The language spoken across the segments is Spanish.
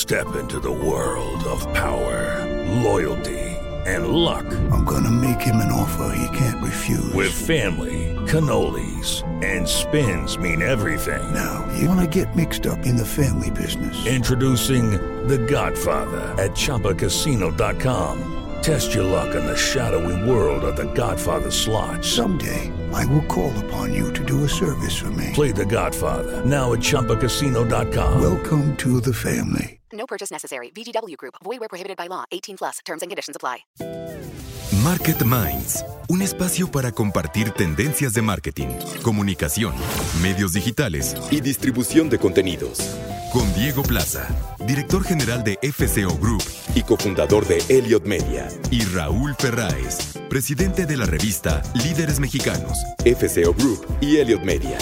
Step into the world of power, loyalty, and luck. I'm gonna make him an offer he can't refuse. With family, cannolis, and spins mean everything. Now, you wanna get mixed up in the family business. Introducing The Godfather at ChumbaCasino.com. Test your luck in the shadowy world of The Godfather slot. Someday, I will call upon you to do a service for me. Play The Godfather now at ChumbaCasino.com. Welcome to the family. No purchase necessary. VGW Group. Void where prohibited by law. 18+. Terms and conditions apply. Market Minds, un espacio para compartir tendencias de marketing, comunicación, medios digitales y distribución de contenidos. Con Diego Plaza, director general de FCO Group y cofundador de Elliott Media, y Raúl Ferráez, presidente de la revista Líderes Mexicanos, FCO Group y Elliott Media.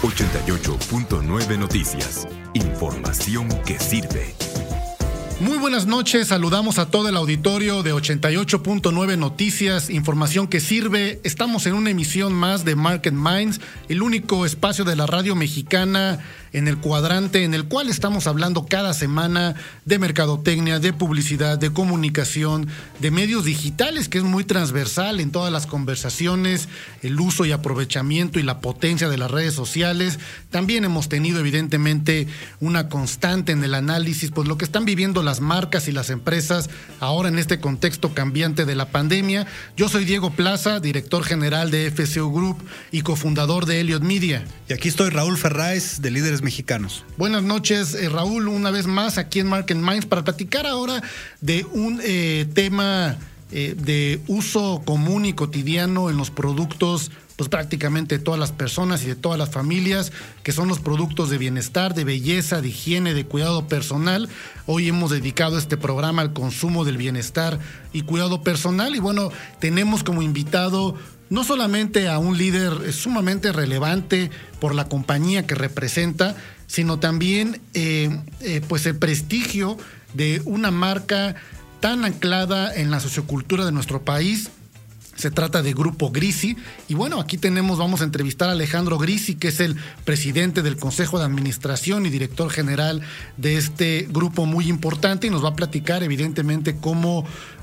88.9 Noticias. Información que sirve. Muy buenas noches, saludamos a todo el auditorio de 88.9 Noticias, información que sirve. Estamos en una emisión más de Market Minds, el único espacio de la radio mexicana en el cuadrante en el cual estamos hablando cada semana de mercadotecnia, de publicidad, de comunicación, de medios digitales, que es muy transversal en todas las conversaciones, el uso y aprovechamiento y la potencia de las redes sociales. También hemos tenido evidentemente una constante en el análisis, pues lo que están viviendo las marcas y las empresas ahora en este contexto cambiante de la pandemia. Yo soy Diego Plaza, director general de FCO Group y cofundador de Elliott Media. Y aquí estoy, Raúl Ferráez, de Líderes Mexicanos. Buenas noches, Raúl, una vez más aquí en Market Minds para platicar ahora de un tema de uso común y cotidiano en los productos, pues prácticamente de todas las personas y de todas las familias, que son los productos de bienestar, de belleza, de higiene, de cuidado personal. Hoy hemos dedicado este programa al consumo del bienestar y cuidado personal, y bueno, tenemos como invitado no solamente a un líder sumamente relevante por la compañía que representa, sino también pues el prestigio de una marca tan anclada en la sociocultura de nuestro país. Se trata de Grupo Grisi, y bueno, aquí vamos a entrevistar a Alejandro Grisi, que es el presidente del Consejo de Administración y director general de este grupo muy importante, y nos va a platicar evidentemente cómo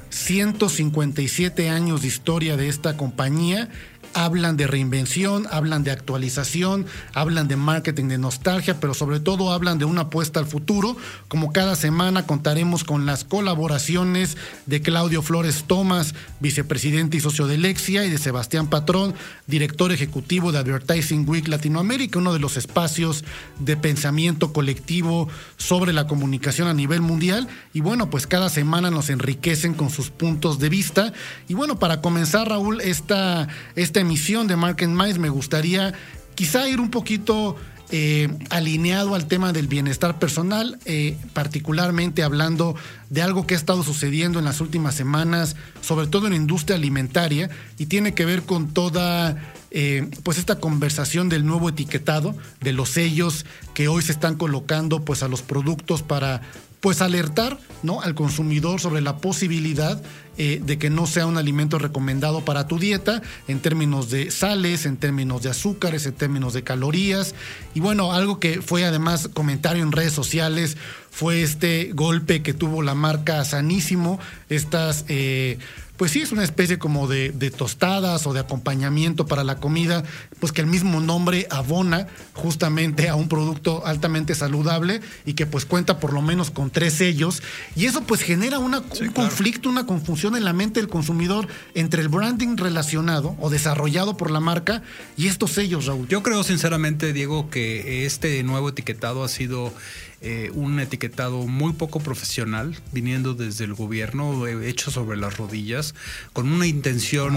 157 años de historia de esta compañía hablan de reinvención, hablan de actualización, hablan de marketing de nostalgia, pero sobre todo hablan de una apuesta al futuro. Como cada semana contaremos con las colaboraciones de Claudio Flores Tomás, vicepresidente y socio de Lexia, y de Sebastián Patrón, director ejecutivo de Advertising Week Latinoamérica, uno de los espacios de pensamiento colectivo sobre la comunicación a nivel mundial. Y bueno, pues cada semana nos enriquecen con sus puntos de vista. Y bueno, para comenzar, Raúl, esta emisión de Market Minds, me gustaría quizá ir un poquito alineado al tema del bienestar personal, particularmente hablando de algo que ha estado sucediendo en las últimas semanas, sobre todo en la industria alimentaria, y tiene que ver con toda pues esta conversación del nuevo etiquetado, de los sellos que hoy se están colocando pues a los productos para pues alertar, ¿no?, al consumidor sobre la posibilidad de que no sea un alimento recomendado para tu dieta en términos de sales, en términos de azúcares, en términos de calorías. Y bueno, algo que fue además comentario en redes sociales fue este golpe que tuvo la marca Sanísimo, estas pues sí, es una especie como de tostadas o de acompañamiento para la comida, pues que el mismo nombre abona justamente a un producto altamente saludable y que pues cuenta por lo menos con 3 sellos, y eso pues genera un conflicto, una confusión en la mente del consumidor entre el branding relacionado o desarrollado por la marca y estos sellos, Raúl. Yo creo sinceramente, Diego, que este nuevo etiquetado ha sido un etiquetado muy poco profesional, viniendo desde el gobierno, hecho sobre las rodillas, con una intención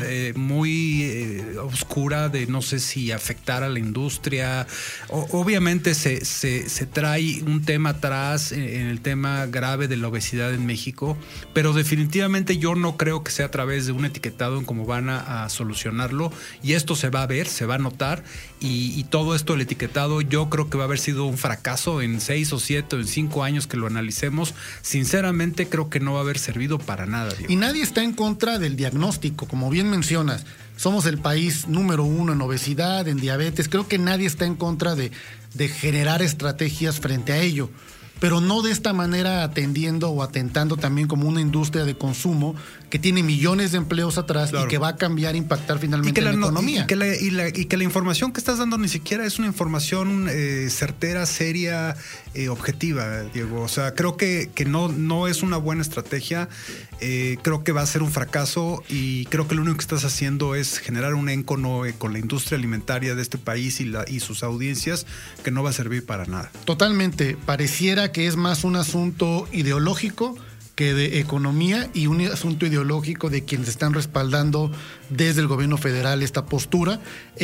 muy oscura de no sé si afectar a la industria. Obviamente se trae un tema atrás en el tema grave de la obesidad en México, pero definitivamente yo no creo que sea a través de un etiquetado en cómo van a solucionarlo, y esto se va a ver, se va a notar, y todo esto, el etiquetado, yo creo que va a haber sido un fracaso en 6 o 7 o en 5 años que lo analicemos. Sinceramente creo que no va a haber servido para nada, Diego. Y nadie está en contra del diagnóstico, como bien mencionas. Somos el país número 1 en obesidad, en diabetes. Creo que nadie está en contra de generar estrategias frente a ello. pero no de esta manera atendiendo o atentando también como una industria de consumo que tiene millones de empleos atrás, claro, y que va a cambiar, impactar finalmente en la economía. Y que la información que estás dando ni siquiera es una información certera, seria, objetiva, Diego. O sea, creo que no es una buena estrategia. Creo que va a ser un fracaso y creo que lo único que estás haciendo es generar un encono con la industria alimentaria de este país y sus audiencias que no va a servir para nada. Totalmente. Pareciera que es más un asunto ideológico que de economía y un asunto ideológico de quienes están respaldando desde el gobierno federal esta postura.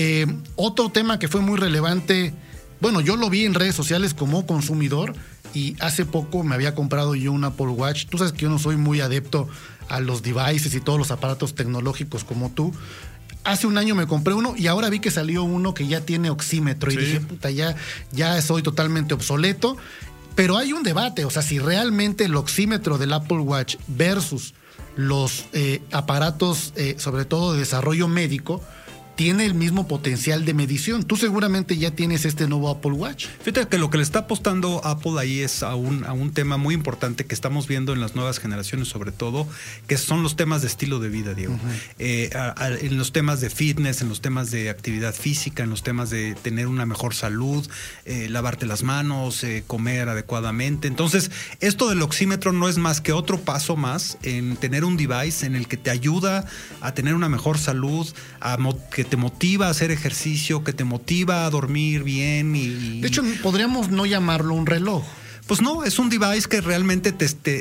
Otro tema que fue muy relevante, bueno, yo lo vi en redes sociales como consumidor y hace poco me había comprado yo un Apple Watch. Tú sabes que yo no soy muy adepto a los devices y todos los aparatos tecnológicos como tú. Hace un año me compré uno y ahora vi que salió uno que ya tiene oxímetro, sí, y dije, puta, ya soy totalmente obsoleto. Pero hay un debate, o sea, si realmente el oxímetro del Apple Watch versus los aparatos, sobre todo de desarrollo médico, tiene el mismo potencial de medición. Tú seguramente ya tienes este nuevo Apple Watch. Fíjate que lo que le está apostando Apple ahí es a un tema muy importante que estamos viendo en las nuevas generaciones, sobre todo, que son los temas de estilo de vida, Diego. Uh-huh. En los temas de fitness, en los temas de actividad física, en los temas de tener una mejor salud, lavarte las manos, comer adecuadamente. Entonces, esto del oxímetro no es más que otro paso más en tener un device en el que te ayuda a tener una mejor salud, que te motiva a hacer ejercicio, que te motiva a dormir bien y... De hecho, podríamos no llamarlo un reloj. Pues no, es un device que realmente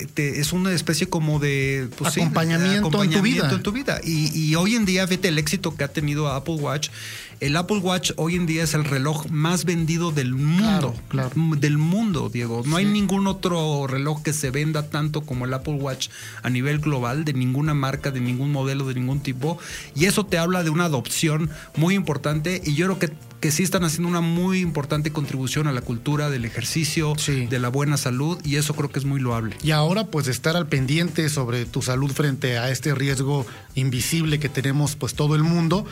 es una especie como de... Pues acompañamiento en tu vida. Y hoy en día, fíjate el éxito que ha tenido Apple Watch. El Apple Watch hoy en día es el reloj más vendido del mundo. Claro. Del mundo, Diego. No hay ningún otro reloj que se venda tanto como el Apple Watch a nivel global, de ninguna marca, de ningún modelo, de ningún tipo. Y eso te habla de una adopción muy importante. Y yo creo que sí están haciendo una muy importante contribución a la cultura del ejercicio, sí, de la buena salud, y eso creo que es muy loable. Y ahora, pues, estar al pendiente sobre tu salud frente a este riesgo invisible que tenemos, pues, todo el mundo.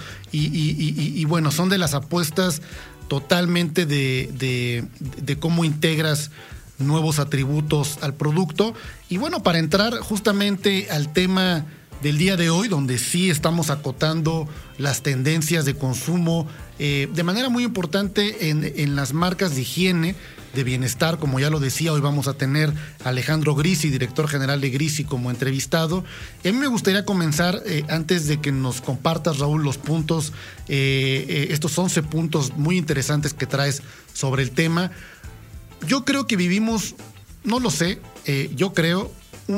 Y bueno, son de las apuestas totalmente de cómo integras nuevos atributos al producto. Y bueno, para entrar justamente al tema del día de hoy, donde sí estamos acotando las tendencias de consumo de manera muy importante en las marcas de higiene, de bienestar, como ya lo decía. Hoy vamos a tener a Alejandro Grisi, director general de Grisi, como entrevistado. Y a mí me gustaría comenzar, antes de que nos compartas, Raúl, los puntos, estos 11 puntos muy interesantes que traes sobre el tema. Yo creo que vivimos, no lo sé, yo creo,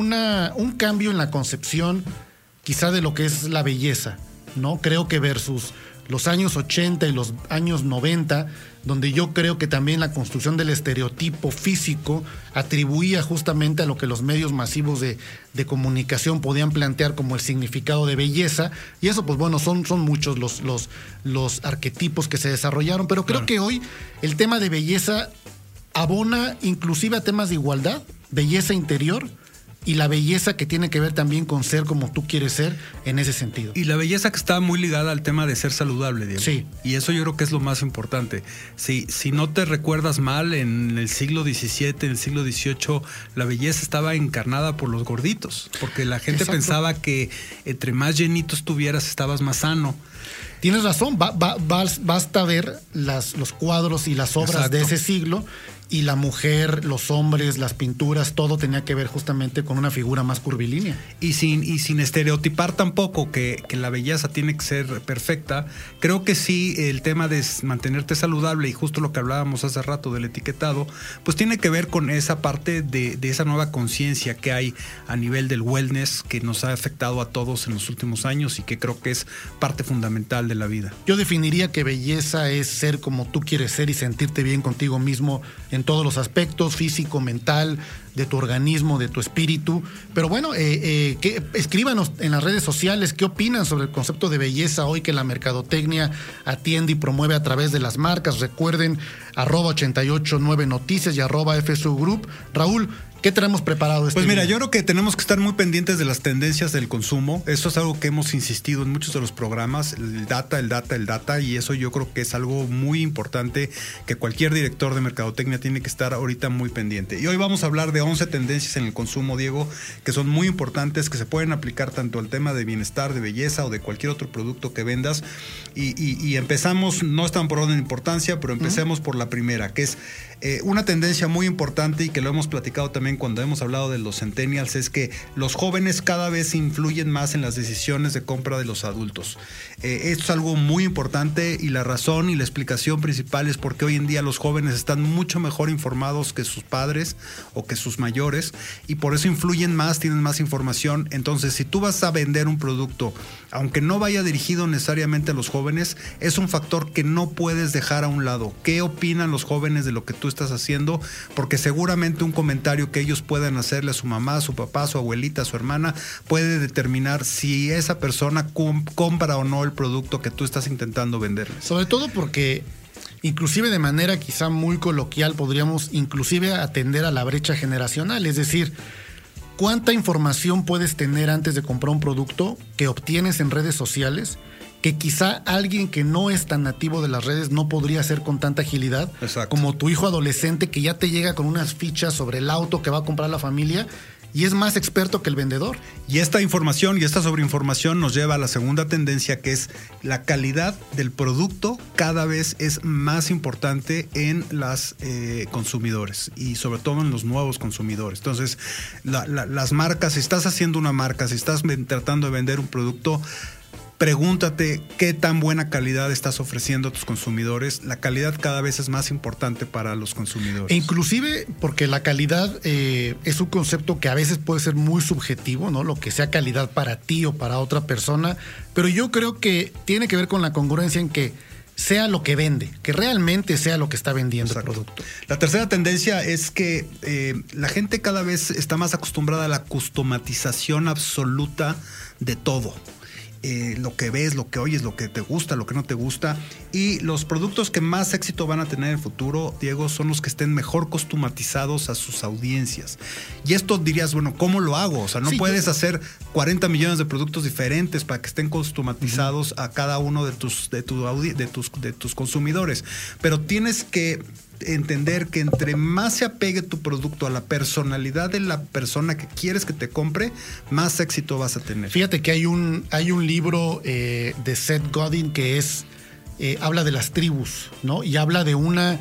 un cambio en la concepción quizá de lo que es la belleza, ¿no? Creo que versus los años 80 y los años 90, donde yo creo que también la construcción del estereotipo físico atribuía justamente a lo que los medios masivos de comunicación podían plantear como el significado de belleza, y eso, pues bueno, son muchos los arquetipos que se desarrollaron, pero creo que hoy el tema de belleza abona inclusive a temas de igualdad, belleza interior, y la belleza que tiene que ver también con ser como tú quieres ser en ese sentido. Y la belleza que está muy ligada al tema de ser saludable, Diego. Sí. Y eso yo creo que es lo más importante. Si no te recuerdas mal, en el siglo XVII, en el siglo XVIII, la belleza estaba encarnada por los gorditos, porque la gente pensaba que entre más llenitos tuvieras, estabas más sano. Tienes razón, basta ver los cuadros y las obras de ese siglo, y la mujer, los hombres, las pinturas, todo tenía que ver justamente con una figura más curvilínea. Y sin estereotipar tampoco que la belleza tiene que ser perfecta. Creo que sí, el tema de mantenerte saludable, y justo lo que hablábamos hace rato del etiquetado, pues tiene que ver con esa parte de esa nueva conciencia que hay a nivel del wellness, que nos ha afectado a todos en los últimos años y que creo que es parte fundamental de la vida. Yo definiría que belleza es ser como tú quieres ser y sentirte bien contigo mismo en todos los aspectos, físico, mental, de tu organismo, de tu espíritu. Pero bueno, escríbanos en las redes sociales qué opinan sobre el concepto de belleza hoy que la mercadotecnia atiende y promueve a través de las marcas. Recuerden, @889noticias y @FSU Group. Raúl, ¿qué tenemos preparado Pues mira, yo creo que tenemos que estar muy pendientes de las tendencias del consumo. Eso es algo que hemos insistido en muchos de los programas, el data, y eso yo creo que es algo muy importante que cualquier director de mercadotecnia tiene que estar ahorita muy pendiente. Y hoy vamos a hablar de 11 tendencias en el consumo, Diego, que son muy importantes, que se pueden aplicar tanto al tema de bienestar, de belleza o de cualquier otro producto que vendas. Y empezamos, no están por orden de importancia, pero empecemos por la primera, que es una tendencia muy importante y que lo hemos platicado también cuando hemos hablado de los centennials, es que los jóvenes cada vez influyen más en las decisiones de compra de los adultos. Esto es algo muy importante y la razón y la explicación principal es porque hoy en día los jóvenes están mucho mejor informados que sus padres o que sus mayores y por eso influyen más, tienen más información. Entonces, si tú vas a vender un producto, aunque no vaya dirigido necesariamente a los jóvenes, es un factor que no puedes dejar a un lado. ¿Qué opinan los jóvenes de lo que tú estás haciendo? Porque seguramente un comentario que ellos puedan hacerle a su mamá, a su papá, a su abuelita, a su hermana, puede determinar si esa persona compra o no el producto que tú estás intentando venderles. Sobre todo porque, inclusive de manera quizá muy coloquial, podríamos inclusive atender a la brecha generacional. Es decir, ¿cuánta información puedes tener antes de comprar un producto que obtienes en redes sociales que quizá alguien que no es tan nativo de las redes no podría hacer con tanta agilidad? Exacto. Como tu hijo adolescente que ya te llega con unas fichas sobre el auto que va a comprar la familia y es más experto que el vendedor? Y esta información y esta sobreinformación nos lleva a la segunda tendencia, que es la calidad del producto cada vez es más importante en los consumidores y sobre todo en los nuevos consumidores. Entonces, las marcas, si estás haciendo una marca, si estás tratando de vender un producto, pregúntate qué tan buena calidad estás ofreciendo a tus consumidores. La calidad cada vez es más importante para los consumidores. E inclusive porque la calidad es un concepto que a veces puede ser muy subjetivo, ¿no? Lo que sea calidad para ti o para otra persona, pero yo creo que tiene que ver con la congruencia en que sea lo que vende, que realmente sea lo que está vendiendo. Exacto. El producto. La tercera tendencia es que la gente cada vez está más acostumbrada a la customatización absoluta de todo. Lo que ves, lo que oyes, lo que te gusta, lo que no te gusta. Y los productos que más éxito van a tener en el futuro, Diego, son los que estén mejor customatizados a sus audiencias. Y esto dirías, bueno, ¿cómo lo hago? O sea, no puedes hacer 40 millones de productos diferentes para que estén customatizados a cada uno de tus consumidores. Pero tienes que entender que entre más se apegue tu producto a la personalidad de la persona que quieres que te compre, más éxito vas a tener. Fíjate que hay un libro de Seth Godin que habla de las tribus, ¿no? Y habla de una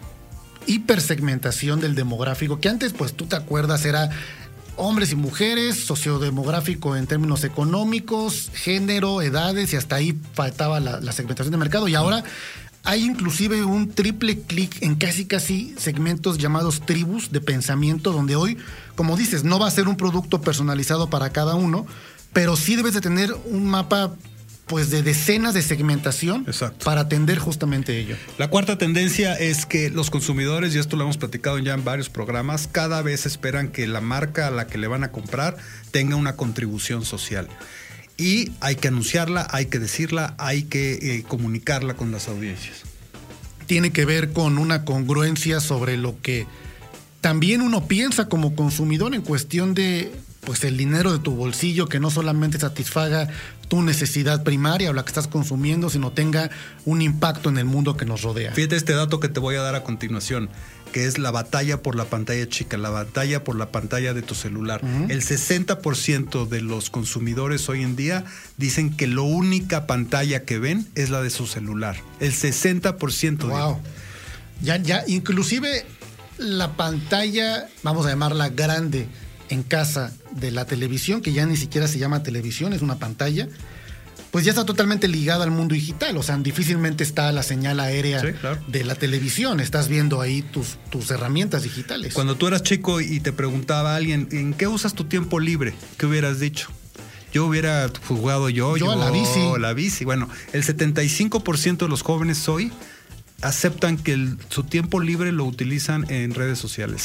hipersegmentación del demográfico, que antes, pues tú te acuerdas, era hombres y mujeres, sociodemográfico en términos económicos, género, edades, y hasta ahí faltaba la segmentación de mercado. Y ahora hay inclusive un triple clic en casi segmentos llamados tribus de pensamiento, donde hoy, como dices, no va a ser un producto personalizado para cada uno, pero sí debes de tener un mapa pues de decenas de segmentación. Exacto. Para atender justamente ello. La cuarta tendencia es que los consumidores, y esto lo hemos platicado ya en varios programas, cada vez esperan que la marca a la que le van a comprar tenga una contribución social. Y hay que anunciarla, hay que decirla, hay que comunicarla con las audiencias. Tiene que ver con una congruencia sobre lo que también uno piensa como consumidor en cuestión de pues el dinero de tu bolsillo, que no solamente satisfaga tu necesidad primaria o la que estás consumiendo, sino tenga un impacto en el mundo que nos rodea. Fíjate este dato que te voy a dar a continuación, que es la batalla por la pantalla chica, la batalla por la pantalla de tu celular. Uh-huh. El 60% de los consumidores hoy en día dicen que la única pantalla que ven es la de su celular. El 60%. Wow. Ya, inclusive la pantalla, vamos a llamarla grande, en casa de la televisión, que ya ni siquiera se llama televisión, es una pantalla, pues ya está totalmente ligada al mundo digital. O sea, difícilmente está la señal aérea de la televisión. Estás viendo ahí tus herramientas digitales. Cuando tú eras chico y te preguntaba a alguien, ¿en qué usas tu tiempo libre? ¿Qué hubieras dicho? Yo hubiera jugado yo a la bici. La bici. Bueno, el 75% de los jóvenes hoy aceptan que su tiempo libre lo utilizan en redes sociales.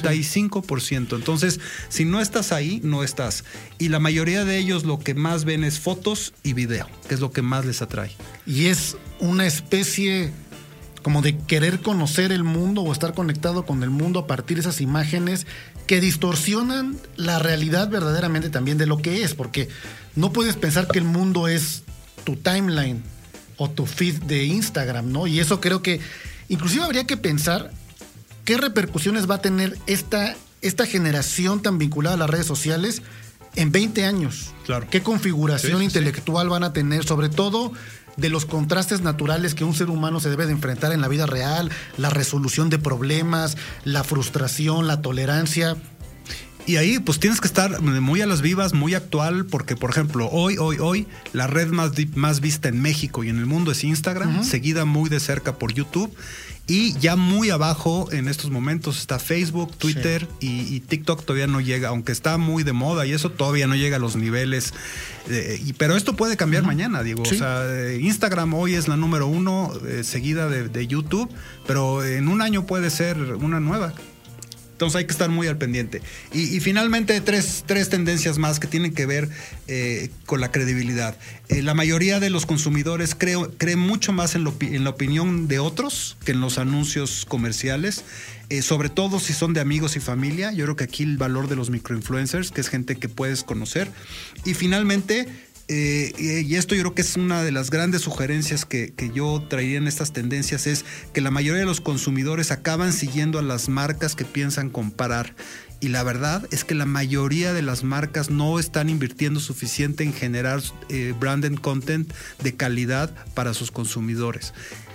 75%. Entonces, si no estás ahí, no estás. Y la mayoría de ellos lo que más ven es fotos y video, que es lo que más les atrae. Y es una especie como de querer conocer el mundo o estar conectado con el mundo a partir de esas imágenes que distorsionan la realidad verdaderamente también de lo que es, porque no puedes pensar que el mundo es tu timeline o tu feed de Instagram, ¿no? Y eso creo que inclusive habría que pensar qué repercusiones va a tener esta generación tan vinculada a las redes sociales en 20 años. Claro. ¿Qué configuración intelectual van a tener? Sobre todo de los contrastes naturales que un ser humano se debe de enfrentar en la vida real, la resolución de problemas, la frustración, la tolerancia. Y ahí pues tienes que estar muy a las vivas, muy actual, porque por ejemplo, hoy la red más vista en México y en el mundo es Instagram, seguida muy de cerca por YouTube. Y ya muy abajo en estos momentos está Facebook, Twitter y TikTok todavía no llega, aunque está muy de moda y eso todavía no llega a los niveles. Pero esto puede cambiar mañana, Diego. Sí. O sea, Instagram hoy es la número 1, seguida de YouTube, pero en un año puede ser una nueva. Entonces hay que estar muy al pendiente. Y finalmente tres tendencias más que tienen que ver con la credibilidad. La mayoría de los consumidores creen mucho más en la opinión de otros que en los anuncios comerciales, sobre todo si son de amigos y familia. Yo creo que aquí el valor de los microinfluencers, que es gente que puedes conocer. Y finalmente, y esto yo creo que es una de las grandes sugerencias que yo traería en estas tendencias, es que la mayoría de los consumidores acaban siguiendo a las marcas que piensan comprar. Y la verdad es que la mayoría de las marcas no están invirtiendo suficiente en generar branded content de calidad para sus consumidores.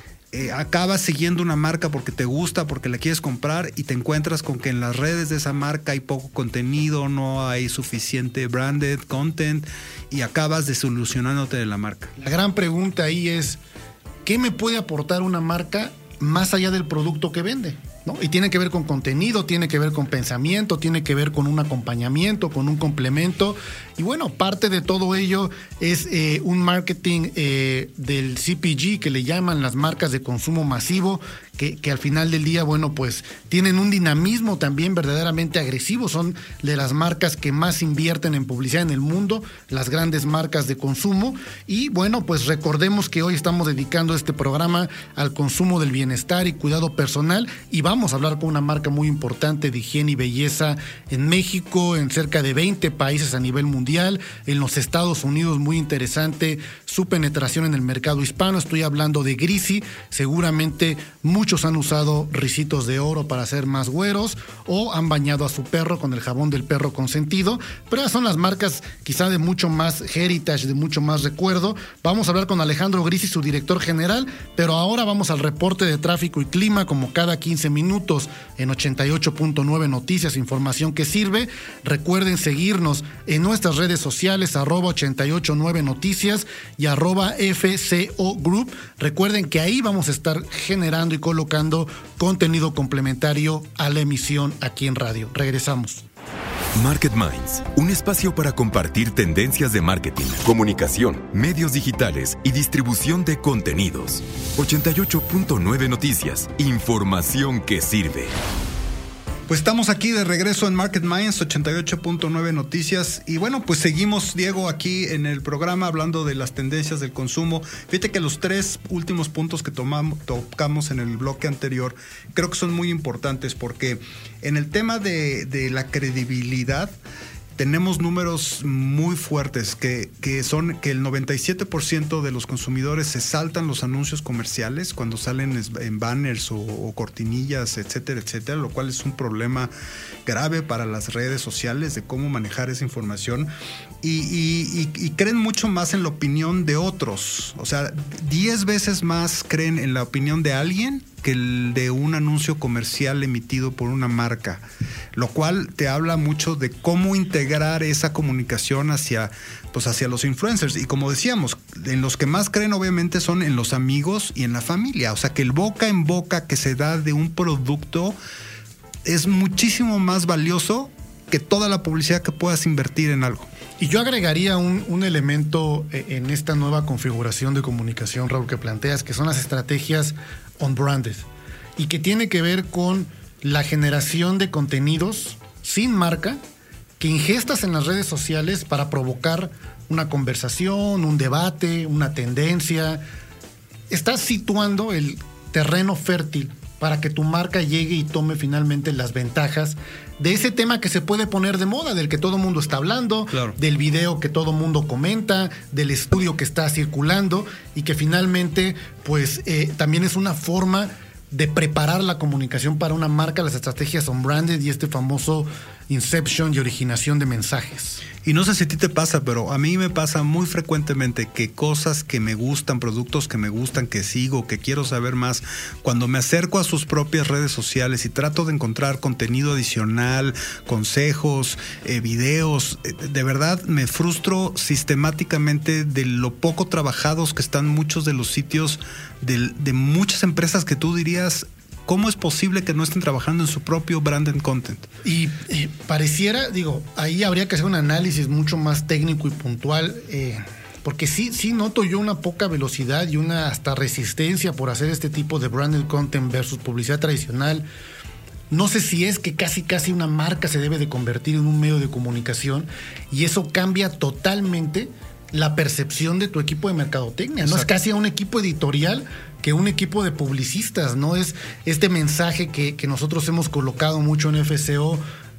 Acabas siguiendo una marca porque te gusta, porque la quieres comprar y te encuentras con que en las redes de esa marca hay poco contenido, no hay suficiente branded content y acabas desilusionándote de la marca. La gran pregunta ahí es, ¿qué me puede aportar una marca más allá del producto que vende? ¿No? Y tiene que ver con contenido, tiene que ver con pensamiento, tiene que ver con un acompañamiento, con un complemento. Y bueno, parte de todo ello es un marketing del CPG, que le llaman las marcas de consumo masivo, que al final del día, bueno, pues tienen un dinamismo también verdaderamente agresivo. Son de las marcas que más invierten en publicidad en el mundo, las grandes marcas de consumo. Y bueno, pues recordemos que hoy estamos dedicando este programa al consumo del bienestar y cuidado personal, y vamos a hablar con una marca muy importante de higiene y belleza en México, en cerca de 20 países a nivel mundial, en los Estados Unidos muy interesante su penetración en el mercado hispano. Estoy hablando de Grisi. Seguramente muchos han usado ricitos de oro para ser más güeros o han bañado a su perro con el jabón del perro consentido, pero son las marcas quizá de mucho más heritage, de mucho más recuerdo. Vamos a hablar con Alejandro Grisi, su director general, pero ahora vamos al reporte de tráfico y clima, como cada 15 minutos en 88.9 Noticias, información que sirve. Recuerden seguirnos en nuestras redes sociales, @889 Noticias y @FCO Group. Recuerden que ahí vamos a estar generando y colocando contenido complementario a la emisión aquí en radio. Regresamos. Market Minds, un espacio para compartir tendencias de marketing, comunicación, medios digitales y distribución de contenidos. 88.9 Noticias, información que sirve. Pues estamos aquí de regreso en Market Minds, 88.9 Noticias. Y bueno, pues seguimos, Diego, aquí en el programa hablando de las tendencias del consumo. Fíjate que los 3 últimos puntos que tocamos en el bloque anterior creo que son muy importantes, porque en el tema de la credibilidad tenemos números muy fuertes que son que el 97% de los consumidores se saltan los anuncios comerciales cuando salen en banners o cortinillas, etcétera, etcétera, lo cual es un problema grave para las redes sociales de cómo manejar esa información, y creen mucho más en la opinión de otros. O sea, 10 veces más creen en la opinión de alguien que el de un anuncio comercial emitido por una marca, lo cual te habla mucho de cómo integrar esa comunicación hacia los influencers. Y como decíamos, en los que más creen obviamente son en los amigos y en la familia. O sea, que el boca en boca que se da de un producto es muchísimo más valioso que toda la publicidad que puedas invertir en algo. Y yo agregaría un elemento en esta nueva configuración de comunicación, Raúl, que planteas, que son las estrategias on-branded, y que tiene que ver con la generación de contenidos sin marca que ingestas en las redes sociales para provocar una conversación, un debate, una tendencia. Estás situando el terreno fértil para que tu marca llegue y tome finalmente las ventajas de ese tema que se puede poner de moda, del que todo el mundo está hablando, claro, del video que todo el mundo comenta, del estudio que está circulando, y que finalmente pues también es una forma de preparar la comunicación para una marca, las estrategias on-branded y este famoso inception y originación de mensajes. Y no sé si a ti te pasa, pero a mí me pasa muy frecuentemente que cosas que me gustan, productos que me gustan, que sigo, que quiero saber más, cuando me acerco a sus propias redes sociales y trato de encontrar contenido adicional, consejos, videos, de verdad me frustro sistemáticamente de lo poco trabajados que están muchos de los sitios de muchas empresas que tú dirías, ¿cómo es posible que no estén trabajando en su propio branded content? Y pareciera, ahí habría que hacer un análisis mucho más técnico y puntual, porque sí noto yo una poca velocidad y una hasta resistencia por hacer este tipo de branded content versus publicidad tradicional. No sé si es que casi una marca se debe de convertir en un medio de comunicación, y eso cambia totalmente la percepción de tu equipo de mercadotecnia. Exacto. No es casi un equipo editorial que un equipo de publicistas, ¿no? Es este mensaje que nosotros hemos colocado mucho en FCO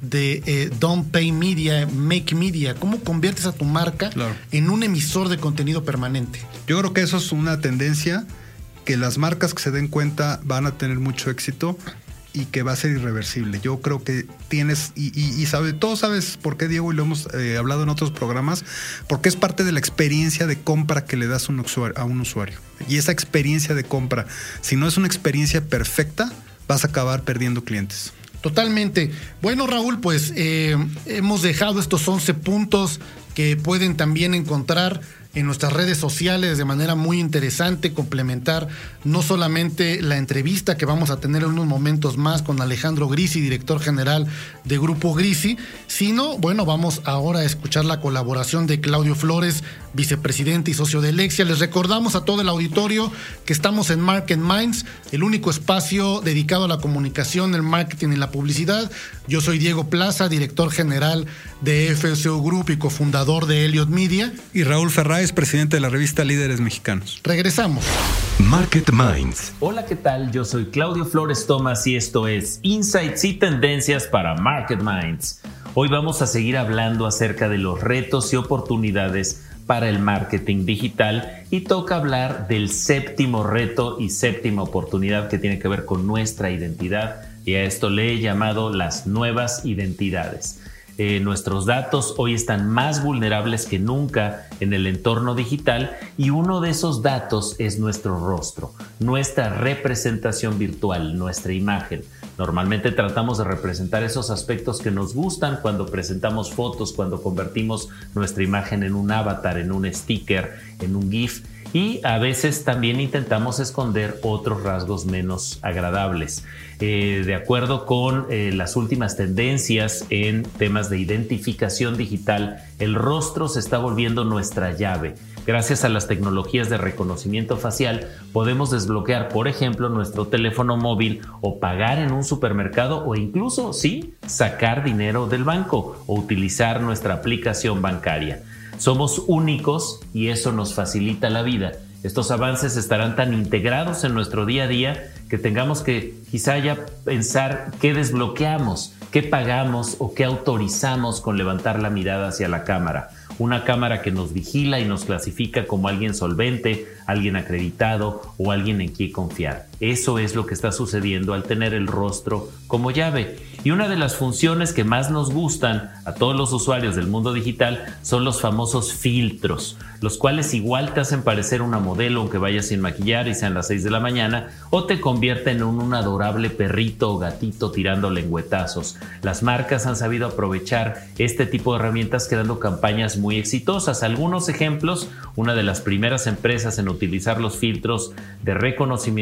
de don't pay media, make media. ¿Cómo conviertes a tu marca, claro, en un emisor de contenido permanente? Yo creo que eso es una tendencia que las marcas que se den cuenta van a tener mucho éxito y que va a ser irreversible. Yo creo que tienes, todos sabes por qué, Diego, y lo hemos hablado en otros programas, porque es parte de la experiencia de compra que le das a un usuario. Y esa experiencia de compra, si no es una experiencia perfecta, vas a acabar perdiendo clientes. Totalmente. Bueno, Raúl, pues hemos dejado estos 11 puntos que pueden también encontrar en nuestras redes sociales de manera muy interesante, complementar no solamente la entrevista que vamos a tener en unos momentos más con Alejandro Grisi, director general de Grupo Grisi, sino, bueno, vamos ahora a escuchar la colaboración de Claudio Flores, vicepresidente y socio de Lexia. Les recordamos a todo el auditorio que estamos en Market Minds, el único espacio dedicado a la comunicación, el marketing y la publicidad. Yo soy Diego Plaza, director general de FCO Group y cofundador de Elliott Media. Y Raúl Ferráez, presidente de la revista Líderes Mexicanos. Regresamos. Market Minds. Hola, ¿qué tal? Yo soy Claudio Flores Tomás y esto es Insights y Tendencias para Market Minds. Hoy vamos a seguir hablando acerca de los retos y oportunidades para el marketing digital, y toca hablar del séptimo reto y séptima oportunidad que tiene que ver con nuestra identidad, y a esto le he llamado las nuevas identidades. Nuestros datos hoy están más vulnerables que nunca en el entorno digital, y uno de esos datos es nuestro rostro, nuestra representación virtual, nuestra imagen. Normalmente tratamos de representar esos aspectos que nos gustan cuando presentamos fotos, cuando convertimos nuestra imagen en un avatar, en un sticker, en un GIF, y a veces también intentamos esconder otros rasgos menos agradables. De acuerdo con las últimas tendencias en temas de identificación digital, el rostro se está volviendo nuestra llave. Gracias a las tecnologías de reconocimiento facial, podemos desbloquear, por ejemplo, nuestro teléfono móvil, o pagar en un supermercado, o incluso, sí, sacar dinero del banco o utilizar nuestra aplicación bancaria. Somos únicos y eso nos facilita la vida. Estos avances estarán tan integrados en nuestro día a día que tengamos que quizá ya pensar qué desbloqueamos, qué pagamos o qué autorizamos con levantar la mirada hacia la cámara. Una cámara que nos vigila y nos clasifica como alguien solvente, alguien acreditado o alguien en quien confiar. Eso es lo que está sucediendo al tener el rostro como llave. Y una de las funciones que más nos gustan a todos los usuarios del mundo digital son los famosos filtros, los cuales igual te hacen parecer una modelo aunque vayas sin maquillar y sean las 6 de la mañana, o te convierten en un adorable perrito o gatito tirando lengüetazos. Las marcas han sabido aprovechar este tipo de herramientas creando campañas muy exitosas. Algunos ejemplos: una de las primeras empresas en utilizar los filtros de reconocimiento facial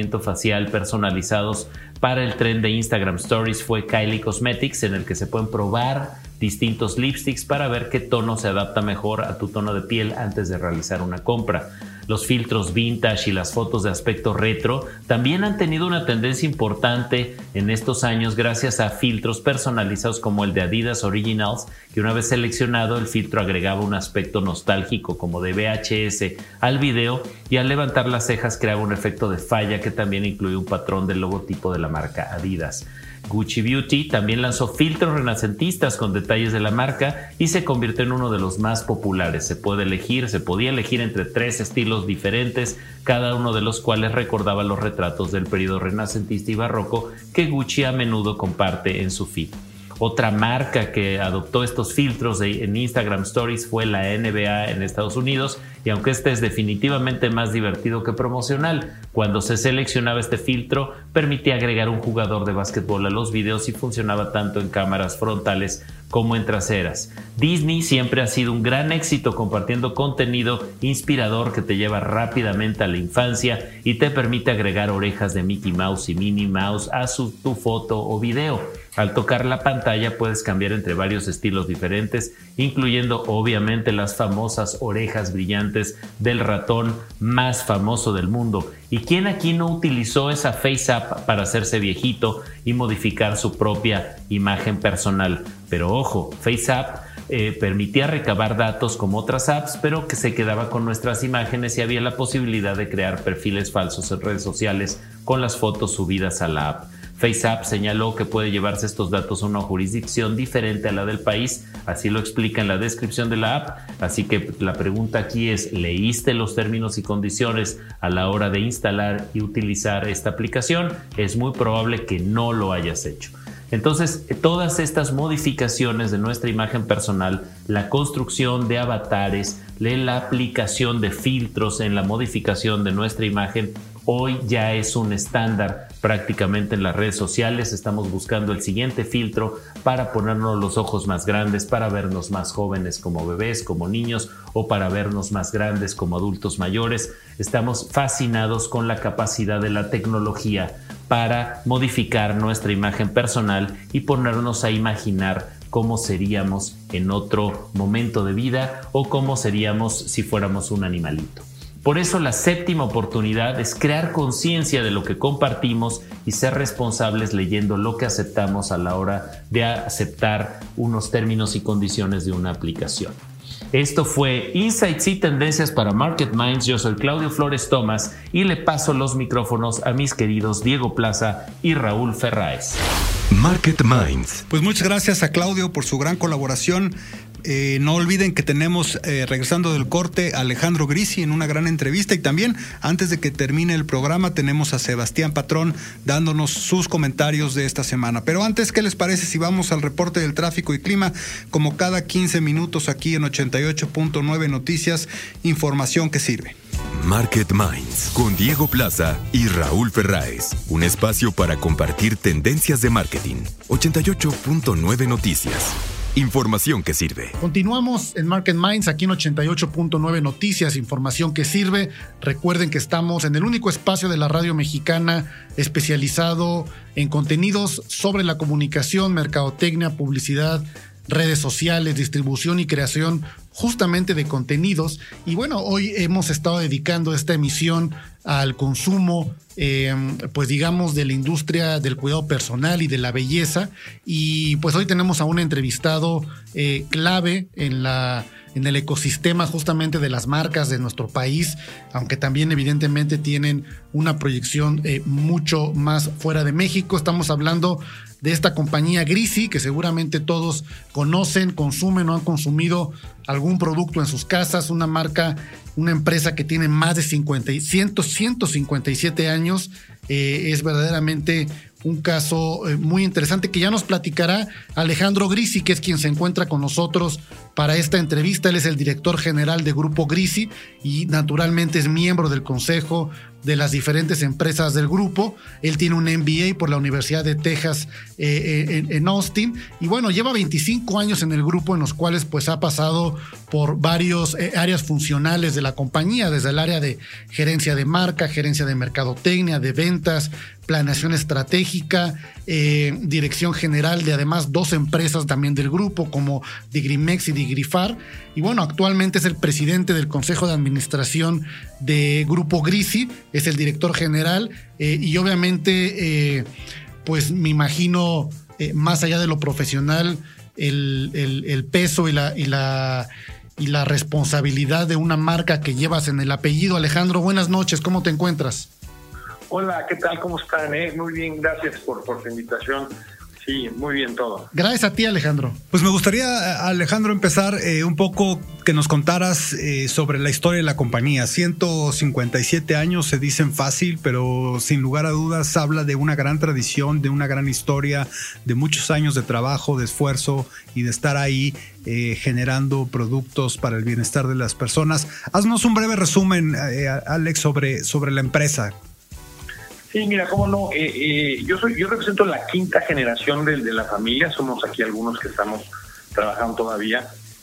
facial personalizados para el tren de Instagram Stories fue Kylie Cosmetics, en el que se pueden probar distintos lipsticks para ver qué tono se adapta mejor a tu tono de piel antes de realizar una compra. Los filtros vintage y las fotos de aspecto retro también han tenido una tendencia importante en estos años gracias a filtros personalizados como el de Adidas Originals, que una vez seleccionado el filtro agregaba un aspecto nostálgico como de VHS al video y al levantar las cejas creaba un efecto de falla que también incluía un patrón del logotipo de la marca Adidas. Gucci Beauty también lanzó filtros renacentistas con detalles de la marca y se convirtió en uno de los más populares. Se podía elegir entre 3 estilos diferentes, cada uno de los cuales recordaba los retratos del periodo renacentista y barroco que Gucci a menudo comparte en su feed. Otra marca que adoptó estos filtros en Instagram Stories fue la NBA en Estados Unidos, y aunque este es definitivamente más divertido que promocional, cuando se seleccionaba este filtro permitía agregar un jugador de básquetbol a los videos y funcionaba tanto en cámaras frontales como en traseras. Disney siempre ha sido un gran éxito compartiendo contenido inspirador que te lleva rápidamente a la infancia y te permite agregar orejas de Mickey Mouse y Minnie Mouse a tu foto o video. Al tocar la pantalla puedes cambiar entre varios estilos diferentes, incluyendo obviamente las famosas orejas brillantes del ratón más famoso del mundo. ¿Y quién aquí no utilizó esa Face App para hacerse viejito y modificar su propia imagen personal? Pero ojo, Face App permitía recabar datos como otras apps, pero que se quedaba con nuestras imágenes y había la posibilidad de crear perfiles falsos en redes sociales con las fotos subidas a la app. FaceApp señaló que puede llevarse estos datos a una jurisdicción diferente a la del país, así lo explica en la descripción de la app, así que la pregunta aquí es, ¿leíste los términos y condiciones a la hora de instalar y utilizar esta aplicación? Es muy probable que no lo hayas hecho. Entonces, todas estas modificaciones de nuestra imagen personal, la construcción de avatares, la aplicación de filtros en la modificación de nuestra imagen, hoy ya es un estándar prácticamente en las redes sociales. Estamos buscando el siguiente filtro para ponernos los ojos más grandes, para vernos más jóvenes como bebés, como niños, o para vernos más grandes como adultos mayores. Estamos fascinados con la capacidad de la tecnología para modificar nuestra imagen personal y ponernos a imaginar cómo seríamos en otro momento de vida o cómo seríamos si fuéramos un animalito. Por eso la séptima oportunidad es crear conciencia de lo que compartimos y ser responsables leyendo lo que aceptamos a la hora de aceptar unos términos y condiciones de una aplicación. Esto fue Insights y Tendencias para Market Minds. Yo soy Claudio Flores Tomás y le paso los micrófonos a mis queridos Diego Plaza y Raúl Ferráez. Market Minds. Pues muchas gracias a Claudio por su gran colaboración. No olviden que tenemos, regresando del corte, a Alejandro Grisi en una gran entrevista, y también antes de que termine el programa tenemos a Sebastián Patrón dándonos sus comentarios de esta semana. Pero antes, ¿qué les parece si vamos al reporte del tráfico y clima? Como cada 15 minutos aquí en 88.9 Noticias, información que sirve. Market Minds con Diego Plaza y Raúl Ferráez. Un espacio para compartir tendencias de marketing. 88.9 Noticias. Información que sirve. Continuamos en Market Minds aquí en 88.9 Noticias, información que sirve. Recuerden que estamos en el único espacio de la radio mexicana especializado en contenidos sobre la comunicación, mercadotecnia, publicidad, redes sociales, distribución y creación justamente de contenidos. Y bueno, hoy hemos estado dedicando esta emisión al consumo, pues digamos, de la industria del cuidado personal y de la belleza. Y pues hoy tenemos a un entrevistado clave en el ecosistema justamente de las marcas de nuestro país, aunque también evidentemente tienen una proyección mucho más fuera de México. Estamos hablando de esta compañía Grisi, que seguramente todos conocen, consumen o han consumido algún producto en sus casas, una marca, una empresa que tiene más de 157 años. Es verdaderamente un caso muy interesante que ya nos platicará Alejandro Grisi, que es quien se encuentra con nosotros para esta entrevista. Él es el director general de Grupo Grisi y naturalmente es miembro del consejo de las diferentes empresas del grupo. Él tiene un MBA por la Universidad de Texas en Austin, y bueno, lleva 25 años en el grupo, en los cuales pues ha pasado por varios áreas funcionales de la compañía, desde el área de gerencia de marca, gerencia de mercadotecnia, de ventas, planeación estratégica, dirección general de además 2 empresas también del grupo, como Digrimex y Digrifar. Y bueno, actualmente es el presidente del Consejo de Administración de Grupo Grisi, es el director general, y obviamente, pues me imagino, más allá de lo profesional, el peso y la responsabilidad de una marca que llevas en el apellido. Alejandro, buenas noches, ¿cómo te encuentras? Hola, ¿qué tal? ¿Cómo están? Muy bien, gracias por tu invitación. Sí, muy bien todo. Gracias a ti, Alejandro. Pues me gustaría, Alejandro, empezar un poco que nos contaras sobre la historia de la compañía. 157 años se dicen fácil, pero sin lugar a dudas habla de una gran tradición, de una gran historia, de muchos años de trabajo, de esfuerzo y de estar ahí generando productos para el bienestar de las personas. Haznos un breve resumen, Alex, sobre la empresa. Sí, mira, cómo no. Yo represento la 5ª generación de la familia. Somos aquí algunos que estamos trabajando todavía.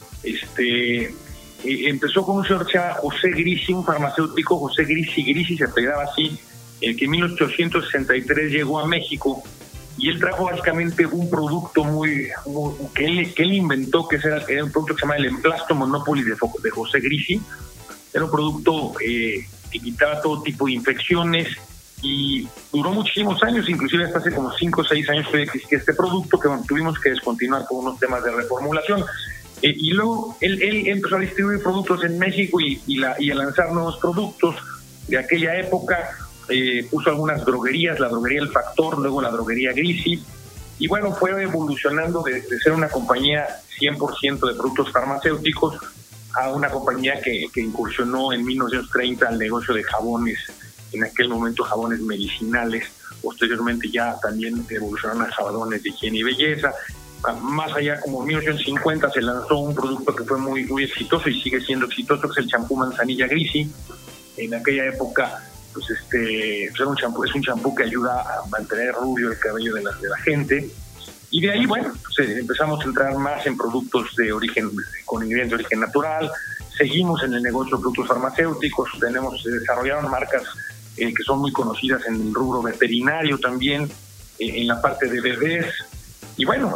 Empezó con un señor que se llama José Grisi, un farmacéutico, José Grisi se apellidaba así, el que en 1863 llegó a México, y él trajo básicamente un producto que él inventó, que era un producto que se llama el Emplasto Monopoly de José Grisi. Era un producto que quitaba todo tipo de infecciones, y duró muchísimos años, inclusive hasta hace como 5 o 6 años que existía este producto, que tuvimos que descontinuar por unos temas de reformulación. Y luego él empezó a distribuir productos en México y a lanzar nuevos productos de aquella época. Puso algunas droguerías, la droguería El Factor, luego la droguería Grisi, y bueno, fue evolucionando de ser una compañía 100% de productos farmacéuticos a una compañía que incursionó en 1930 al negocio de jabones, en aquel momento jabones medicinales. Posteriormente ya también evolucionaron a jabones de higiene y belleza. Más allá, como en 1950 se lanzó un producto que fue muy, muy exitoso y sigue siendo exitoso, que es el champú Manzanilla Grisi. En aquella época, pues es un champú que ayuda a mantener rubio el cabello de la gente. Y de ahí, bueno, pues empezamos a entrar más en productos de origen, con ingredientes de origen natural. Seguimos en el negocio de productos farmacéuticos. Desarrollaron marcas que son muy conocidas en el rubro veterinario también, en la parte de bebés. Y bueno,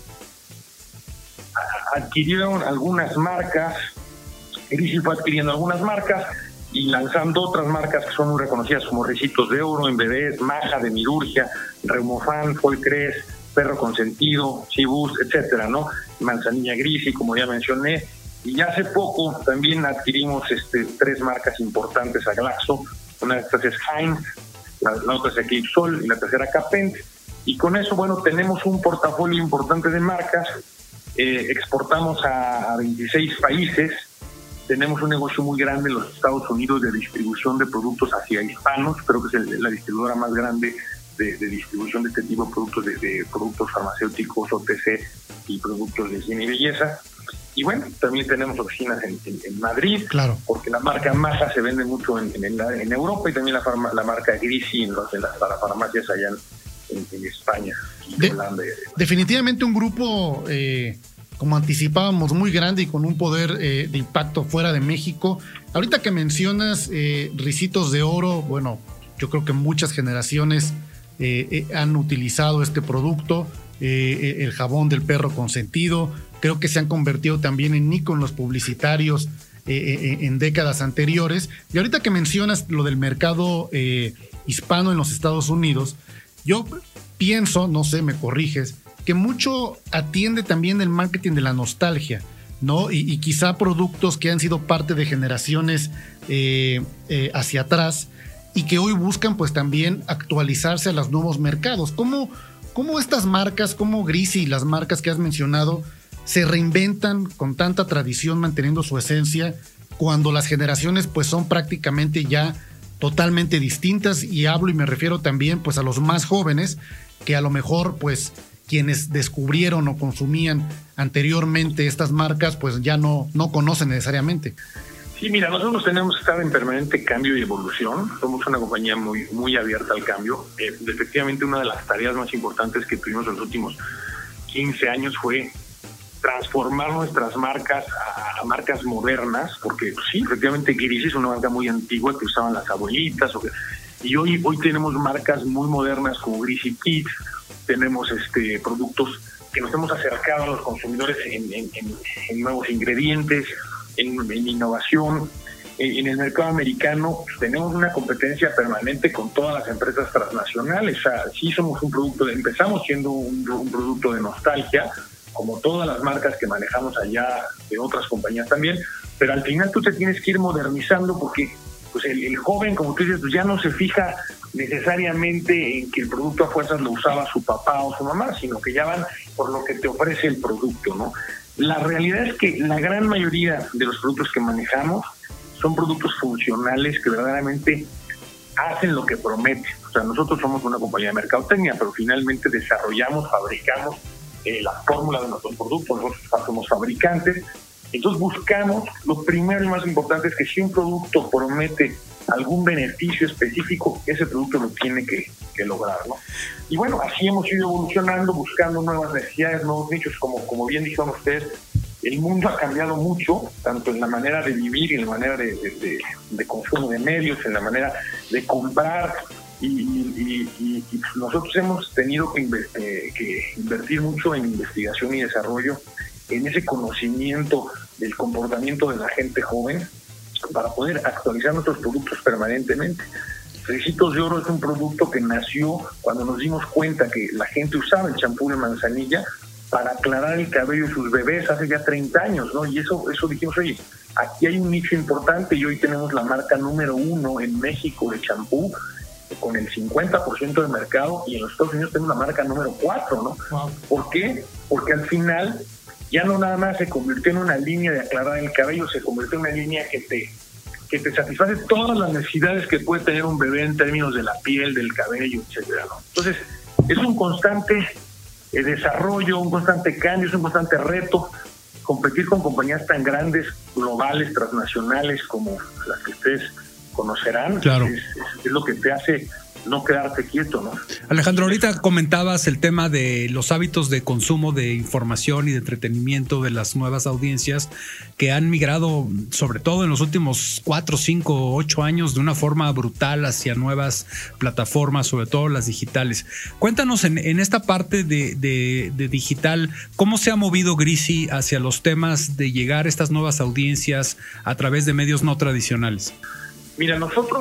adquirieron algunas marcas, Grisi fue adquiriendo algunas marcas y lanzando otras marcas que son muy reconocidas, como Ricitos de Oro en bebés, Maja de Midurgia, Reumofan, Folcres, Perro Consentido, Chibus, etcétera, ¿no? Manzanilla Grisi, como ya mencioné. Y ya hace poco también adquirimos 3 marcas importantes a Glaxo. Una de estas es Heinz, la otra es Eclipse Sol y la tercera Capent. Y con eso, bueno, tenemos un portafolio importante de marcas. Exportamos a 26 países. Tenemos un negocio muy grande en los Estados Unidos de distribución de productos hacia hispanos. Creo que es la distribuidora más grande de distribución de este tipo de productos, de productos farmacéuticos, OTC y productos de higiene y belleza. Y bueno, también tenemos oficinas en Madrid, claro, porque la marca Maja se vende mucho en Europa, y también la marca Grisi para farmacias allá en España, en Holanda. Definitivamente un grupo, como anticipábamos, muy grande y con un poder de impacto fuera de México. Ahorita que mencionas Ricitos de Oro, bueno, yo creo que muchas generaciones han utilizado este producto. El jabón del Perro Consentido, creo que se han convertido también en íconos publicitarios en décadas anteriores. Y ahorita que mencionas lo del mercado hispano en los Estados Unidos, yo pienso, no sé, me corriges, que mucho atiende también el marketing de la nostalgia, ¿no? Y quizá productos que han sido parte de generaciones hacia atrás y que hoy buscan pues también actualizarse a los nuevos mercados. ¿Cómo estas marcas, como Grisi y las marcas que has mencionado, se reinventan con tanta tradición, manteniendo su esencia, cuando las generaciones pues son prácticamente ya totalmente distintas? Y hablo y me refiero también pues a los más jóvenes, que a lo mejor pues quienes descubrieron o consumían anteriormente estas marcas pues ya no conocen necesariamente. Sí, mira, nosotros tenemos que estar en permanente cambio y evolución. Somos una compañía muy abierta al cambio. Efectivamente, una de las tareas más importantes que tuvimos en los últimos 15 años fue transformar nuestras marcas a marcas modernas, porque sí, efectivamente Grisi es una marca muy antigua que usaban las abuelitas, y hoy tenemos marcas muy modernas como Grisi Kids, tenemos productos que nos hemos acercado a los consumidores en nuevos ingredientes, en innovación. En el mercado americano tenemos una competencia permanente con todas las empresas transnacionales. O sea, sí somos empezamos siendo un producto de nostalgia, como todas las marcas que manejamos allá de otras compañías también, pero al final tú te tienes que ir modernizando porque pues el joven, como tú dices, pues ya no se fija necesariamente en que el producto a fuerzas lo usaba su papá o su mamá, sino que ya van por lo que te ofrece el producto, ¿no? La realidad es que la gran mayoría de los productos que manejamos son productos funcionales que verdaderamente hacen lo que prometen. O sea, nosotros somos una compañía de mercadotecnia, pero finalmente desarrollamos, fabricamos la fórmula de nuestros productos. Nosotros somos fabricantes. Entonces buscamos, lo primero y más importante es que si un producto promete algún beneficio específico, ese producto lo tiene que lograr, ¿no? Y bueno, así hemos ido evolucionando, buscando nuevas necesidades, nuevos nichos, como bien dijeron ustedes. El mundo ha cambiado mucho, tanto en la manera de vivir y en la manera de consumo de medios, en la manera de comprar, y nosotros hemos tenido que invertir mucho en investigación y desarrollo, en ese conocimiento del comportamiento de la gente joven, para poder actualizar nuestros productos permanentemente. Ricitos de Oro es un producto que nació cuando nos dimos cuenta que la gente usaba el champú de manzanilla para aclarar el cabello de sus bebés hace ya 30 años, ¿no? Y eso dijimos, oye, aquí hay un nicho importante y hoy tenemos la marca número 1 en México de champú, con el 50% del mercado, y en los Estados Unidos tenemos la marca número 4, ¿no? Wow. ¿Por qué? Porque al final ya no nada más se convirtió en una línea de aclarar el cabello, se convirtió en una línea que te satisface todas las necesidades que puede tener un bebé en términos de la piel, del cabello, etcétera, ¿no? Entonces, es un constante desarrollo, un constante cambio, es un constante reto. Competir con compañías tan grandes, globales, transnacionales, como las que ustedes conocerán, claro, es lo que te hace no quedarte quieto, ¿no? Alejandro, ahorita comentabas el tema de los hábitos de consumo de información y de entretenimiento de las nuevas audiencias que han migrado, sobre todo en los últimos 4, 5, 8 años, de una forma brutal hacia nuevas plataformas, sobre todo las digitales. Cuéntanos en esta parte de digital, ¿cómo se ha movido Grisi hacia los temas de llegar a estas nuevas audiencias a través de medios no tradicionales? Mira, nosotros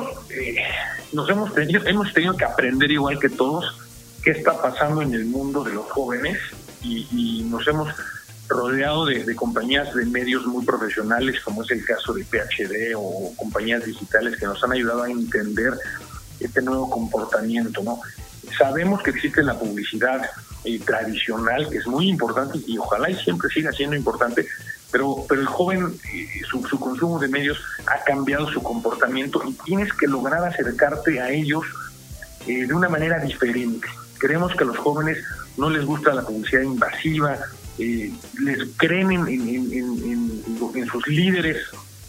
hemos tenido que aprender, igual que todos, qué está pasando en el mundo de los jóvenes, y nos hemos rodeado de compañías de medios muy profesionales, como es el caso de PHD, o compañías digitales que nos han ayudado a entender este nuevo comportamiento, ¿no? Sabemos que existe la publicidad tradicional, que es muy importante y ojalá y siempre siga siendo importante, pero el joven, su consumo de medios ha cambiado su comportamiento y tienes que lograr acercarte a ellos de una manera diferente. Creemos que a los jóvenes no les gusta la publicidad invasiva, les creen en sus líderes,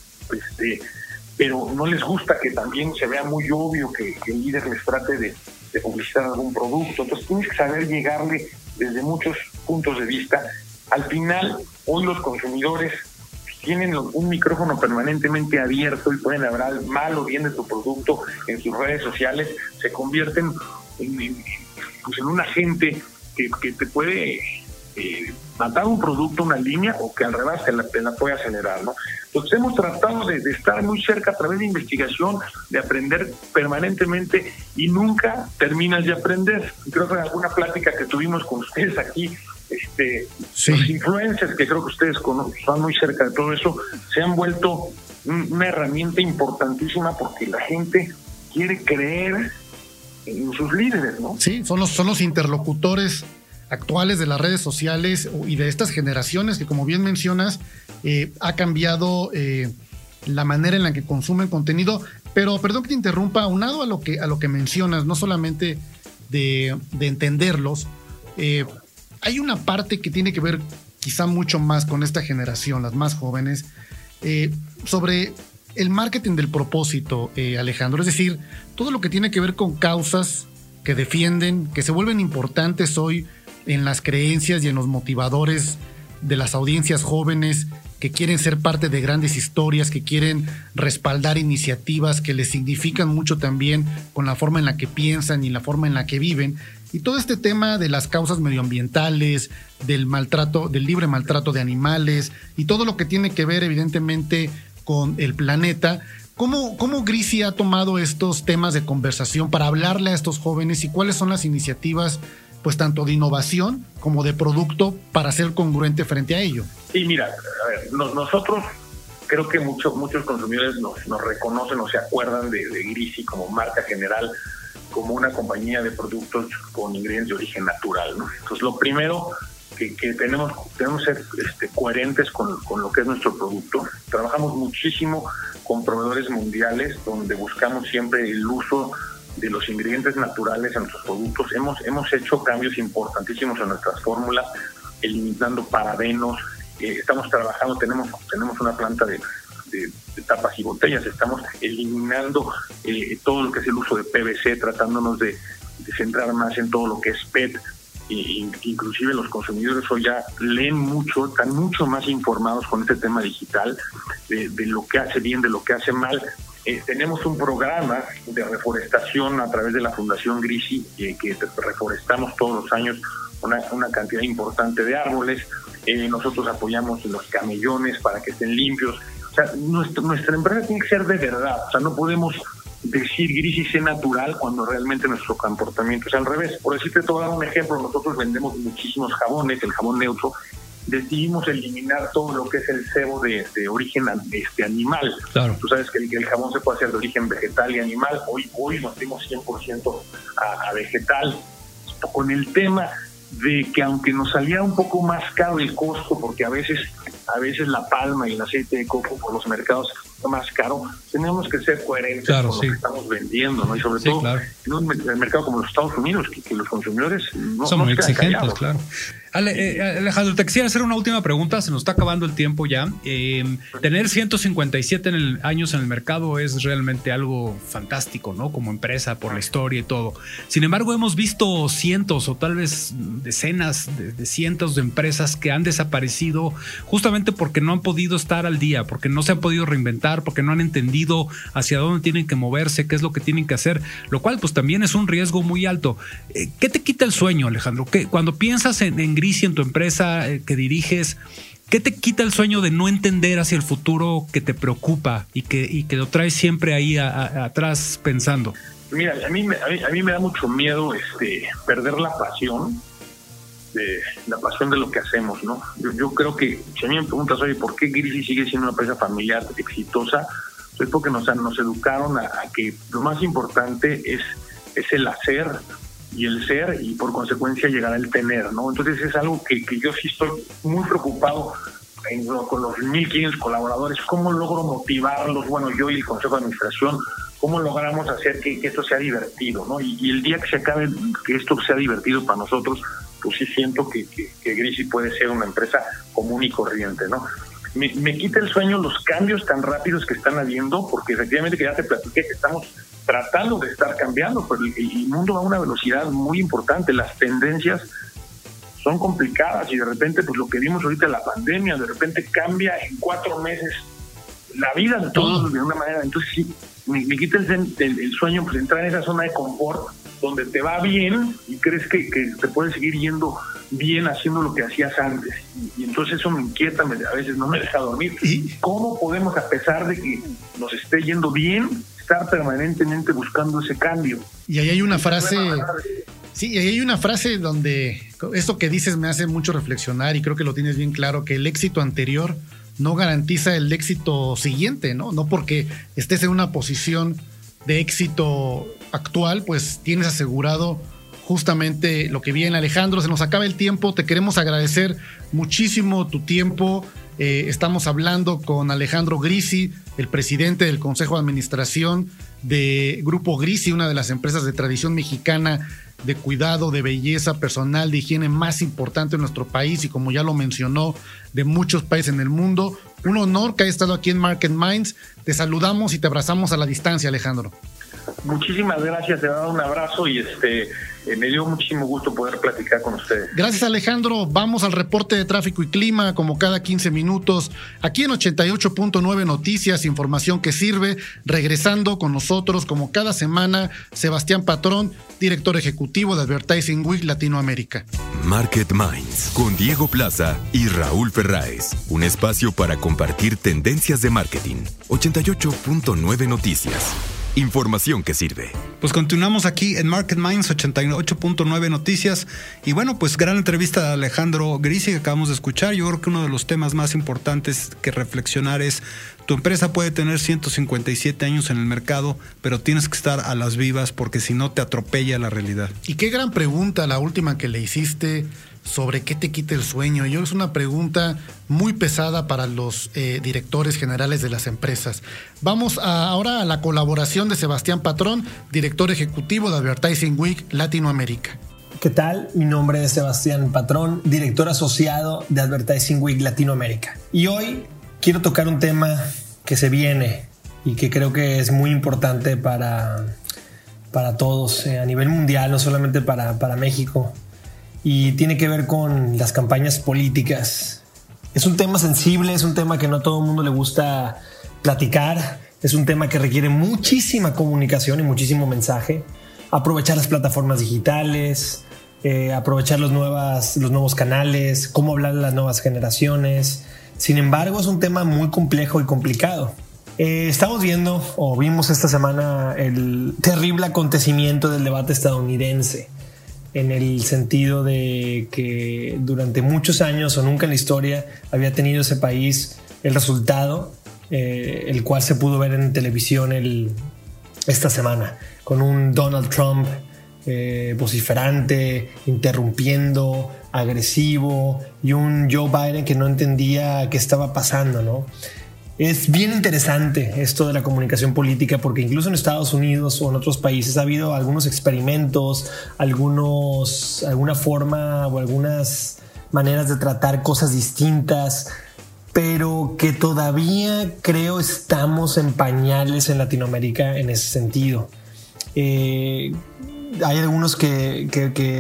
pero no les gusta que también se vea muy obvio que el líder les trate de publicitar algún producto. Entonces tienes que saber llegarle desde muchos puntos de vista. Al final, hoy los consumidores tienen un micrófono permanentemente abierto y pueden hablar mal o bien de tu producto en sus redes sociales. Se convierten en un agente que te puede matar un producto, una línea, o que al revés te la puede acelerar, ¿no? Entonces hemos tratado de estar muy cerca a través de investigación, de aprender permanentemente, y nunca terminas de aprender. Creo que en alguna plática que tuvimos con ustedes aquí, sí, los influencers, que creo que ustedes están muy cerca de todo eso, se han vuelto una herramienta importantísima porque la gente quiere creer en sus líderes, ¿no? Sí, son los interlocutores actuales de las redes sociales y de estas generaciones que, como bien mencionas, ha cambiado la manera en la que consumen contenido. Pero perdón que te interrumpa, aunado a lo que mencionas, no solamente de entenderlos, hay una parte que tiene que ver quizá mucho más con esta generación, las más jóvenes, sobre el marketing del propósito, Alejandro? Es decir, todo lo que tiene que ver con causas que defienden, que se vuelven importantes hoy en las creencias y en los motivadores de las audiencias jóvenes que quieren ser parte de grandes historias, que quieren respaldar iniciativas que les significan mucho también con la forma en la que piensan y la forma en la que viven. Y todo este tema de las causas medioambientales, del maltrato, del libre maltrato de animales y todo lo que tiene que ver evidentemente con el planeta. ¿Cómo Grisi ha tomado estos temas de conversación para hablarle a estos jóvenes y cuáles son las iniciativas, pues tanto de innovación como de producto, para ser congruente frente a ello? Sí, mira, a ver, nosotros creo que muchos consumidores nos reconocen o se acuerdan de Grisi como marca general, como una compañía de productos con ingredientes de origen natural, ¿no? Entonces, lo primero que tenemos que ser coherentes con lo que es nuestro producto. Trabajamos muchísimo con proveedores mundiales, donde buscamos siempre el uso de los ingredientes naturales en nuestros productos. Hemos hecho cambios importantísimos en nuestras fórmulas, eliminando parabenos. Estamos trabajando, tenemos una planta de tapas y botellas, estamos eliminando todo lo que es el uso de PVC, tratándonos de centrar más en todo lo que es PET. Inclusive los consumidores hoy ya leen mucho, están mucho más informados con este tema digital, de lo que hace bien, de lo que hace mal. Tenemos un programa de reforestación a través de la Fundación Grisi, que reforestamos todos los años una cantidad importante de árboles. Nosotros apoyamos los camellones para que estén limpios. O sea, nuestra empresa tiene que ser de verdad. O sea, no podemos decir Grisi sea natural cuando realmente nuestro comportamiento es al revés. Por decirte, te voy a dar un ejemplo. Nosotros vendemos muchísimos jabones, el jabón neutro. Decidimos eliminar todo lo que es el sebo de origen animal. Claro. Tú sabes que el jabón se puede hacer de origen vegetal y animal. Hoy nos dimos 100% a vegetal. Con el tema de que aunque nos salía un poco más caro el costo, porque a veces la palma y el aceite de coco por los mercados está más caro, tenemos que ser coherentes con lo que estamos vendiendo, ¿no? Y sobre todo en un mercado como los Estados Unidos, que los consumidores son muy exigentes, claro. Alejandro, te quisiera hacer una última pregunta, se nos está acabando el tiempo ya. Tener 157 años en el mercado es realmente algo fantástico, ¿no? Como empresa, por la historia y todo. Sin embargo, hemos visto cientos o tal vez decenas de cientos de empresas que han desaparecido justamente porque no han podido estar al día, porque no se han podido reinventar, porque no han entendido hacia dónde tienen que moverse, qué es lo que tienen que hacer, lo cual pues también es un riesgo muy alto. ¿Qué te quita el sueño, Alejandro? Cuando piensas en Grisi, en tu empresa que diriges, ¿qué te quita el sueño de no entender hacia el futuro que te preocupa y que lo traes siempre ahí atrás pensando? Mira, a mí me da mucho miedo perder la pasión de lo que hacemos, ¿no? Yo creo que si a mí me preguntas, oye, ¿por qué Grisi sigue siendo una empresa familiar exitosa? Es porque nos educaron a que lo más importante es el hacer y el ser, y por consecuencia llegar al tener, ¿no? Entonces es algo que yo sí estoy muy preocupado con los 1,500 colaboradores. ¿Cómo logro motivarlos? Bueno, yo y el Consejo de Administración, ¿cómo logramos hacer que esto sea divertido, ¿no? Y el día que se acabe, que esto sea divertido para nosotros, pues sí siento que Grisi puede ser una empresa común y corriente, ¿no? Me quita el sueño los cambios tan rápidos que están habiendo, porque efectivamente, que ya te platiqué, que estamos tratando de estar cambiando, pero el mundo va a una velocidad muy importante. Las tendencias son complicadas y de repente, pues lo que vimos ahorita en la pandemia, de repente cambia en 4 meses la vida de todos de una manera. Entonces sí, me quita el sueño, pues entrar en esa zona de confort donde te va bien y crees que te puedes seguir yendo bien haciendo lo que hacías antes. Y entonces eso me inquieta, a veces no me deja dormir. ¿Cómo podemos, a pesar de que nos esté yendo bien, estar permanentemente buscando ese cambio? Y ahí hay una frase, sí, ahí hay una frase donde esto que dices me hace mucho reflexionar, y creo que lo tienes bien claro, que el éxito anterior no garantiza el éxito siguiente, ¿no? No porque estés en una posición de éxito actual, pues tienes asegurado justamente lo que viene. Alejandro, se nos acaba el tiempo, te queremos agradecer muchísimo tu tiempo. Estamos hablando con Alejandro Grisi, el presidente del Consejo de Administración de Grupo Grisi, una de las empresas de tradición mexicana de cuidado, de belleza personal, de higiene más importante en nuestro país, y como ya lo mencionó, de muchos países en el mundo. Un honor que hayas estado aquí en Market Minds. Te saludamos y te abrazamos a la distancia, Alejandro. Muchísimas gracias, te he dado un abrazo y me dio muchísimo gusto poder platicar con ustedes. Gracias, Alejandro. Vamos al reporte de tráfico y clima como cada 15 minutos. Aquí en 88.9 Noticias, información que sirve. Regresando con nosotros como cada semana, Sebastián Patrón, director ejecutivo de Advertising Week Latinoamérica. Market Minds con Diego Plaza y Raúl Ferráez. Un espacio para compartir tendencias de marketing. 88.9 Noticias. Información que sirve. Pues continuamos aquí en Market Minds 88.9 Noticias y bueno, pues gran entrevista de Alejandro Grisi que acabamos de escuchar. Yo creo que uno de los temas más importantes que reflexionar es: tu empresa puede tener 157 años en el mercado, pero tienes que estar a las vivas porque si no te atropella la realidad. Y qué gran pregunta la última que le hiciste sobre qué te quita el sueño. Yo creo que es una pregunta muy pesada para los directores generales de las empresas. Vamos ahora a la colaboración de Sebastián Patrón, director ejecutivo de Advertising Week Latinoamérica. ¿Qué tal? Mi nombre es Sebastián Patrón, director asociado de Advertising Week Latinoamérica. Y hoy quiero tocar un tema que se viene y que creo que es muy importante para todos a nivel mundial, no solamente para México. Y tiene que ver con las campañas políticas. Es un tema sensible, es un tema que no a todo el mundo le gusta platicar, es un tema que requiere muchísima comunicación y muchísimo mensaje. Aprovechar las plataformas digitales, aprovechar los nuevos canales, cómo hablar a las nuevas generaciones. Sin embargo, es un tema muy complejo y complicado. Estamos viendo, o vimos esta semana, el terrible acontecimiento del debate estadounidense, en el sentido de que durante muchos años o nunca en la historia había tenido ese país el resultado, el cual se pudo ver en televisión esta semana, con un Donald Trump vociferante, interrumpiendo, agresivo, y un Joe Biden que no entendía qué estaba pasando, ¿no? Es bien interesante esto de la comunicación política porque incluso en Estados Unidos o en otros países ha habido algunos experimentos, alguna forma o algunas maneras de tratar cosas distintas, pero que todavía creo estamos en pañales en Latinoamérica en ese sentido. Hay algunos que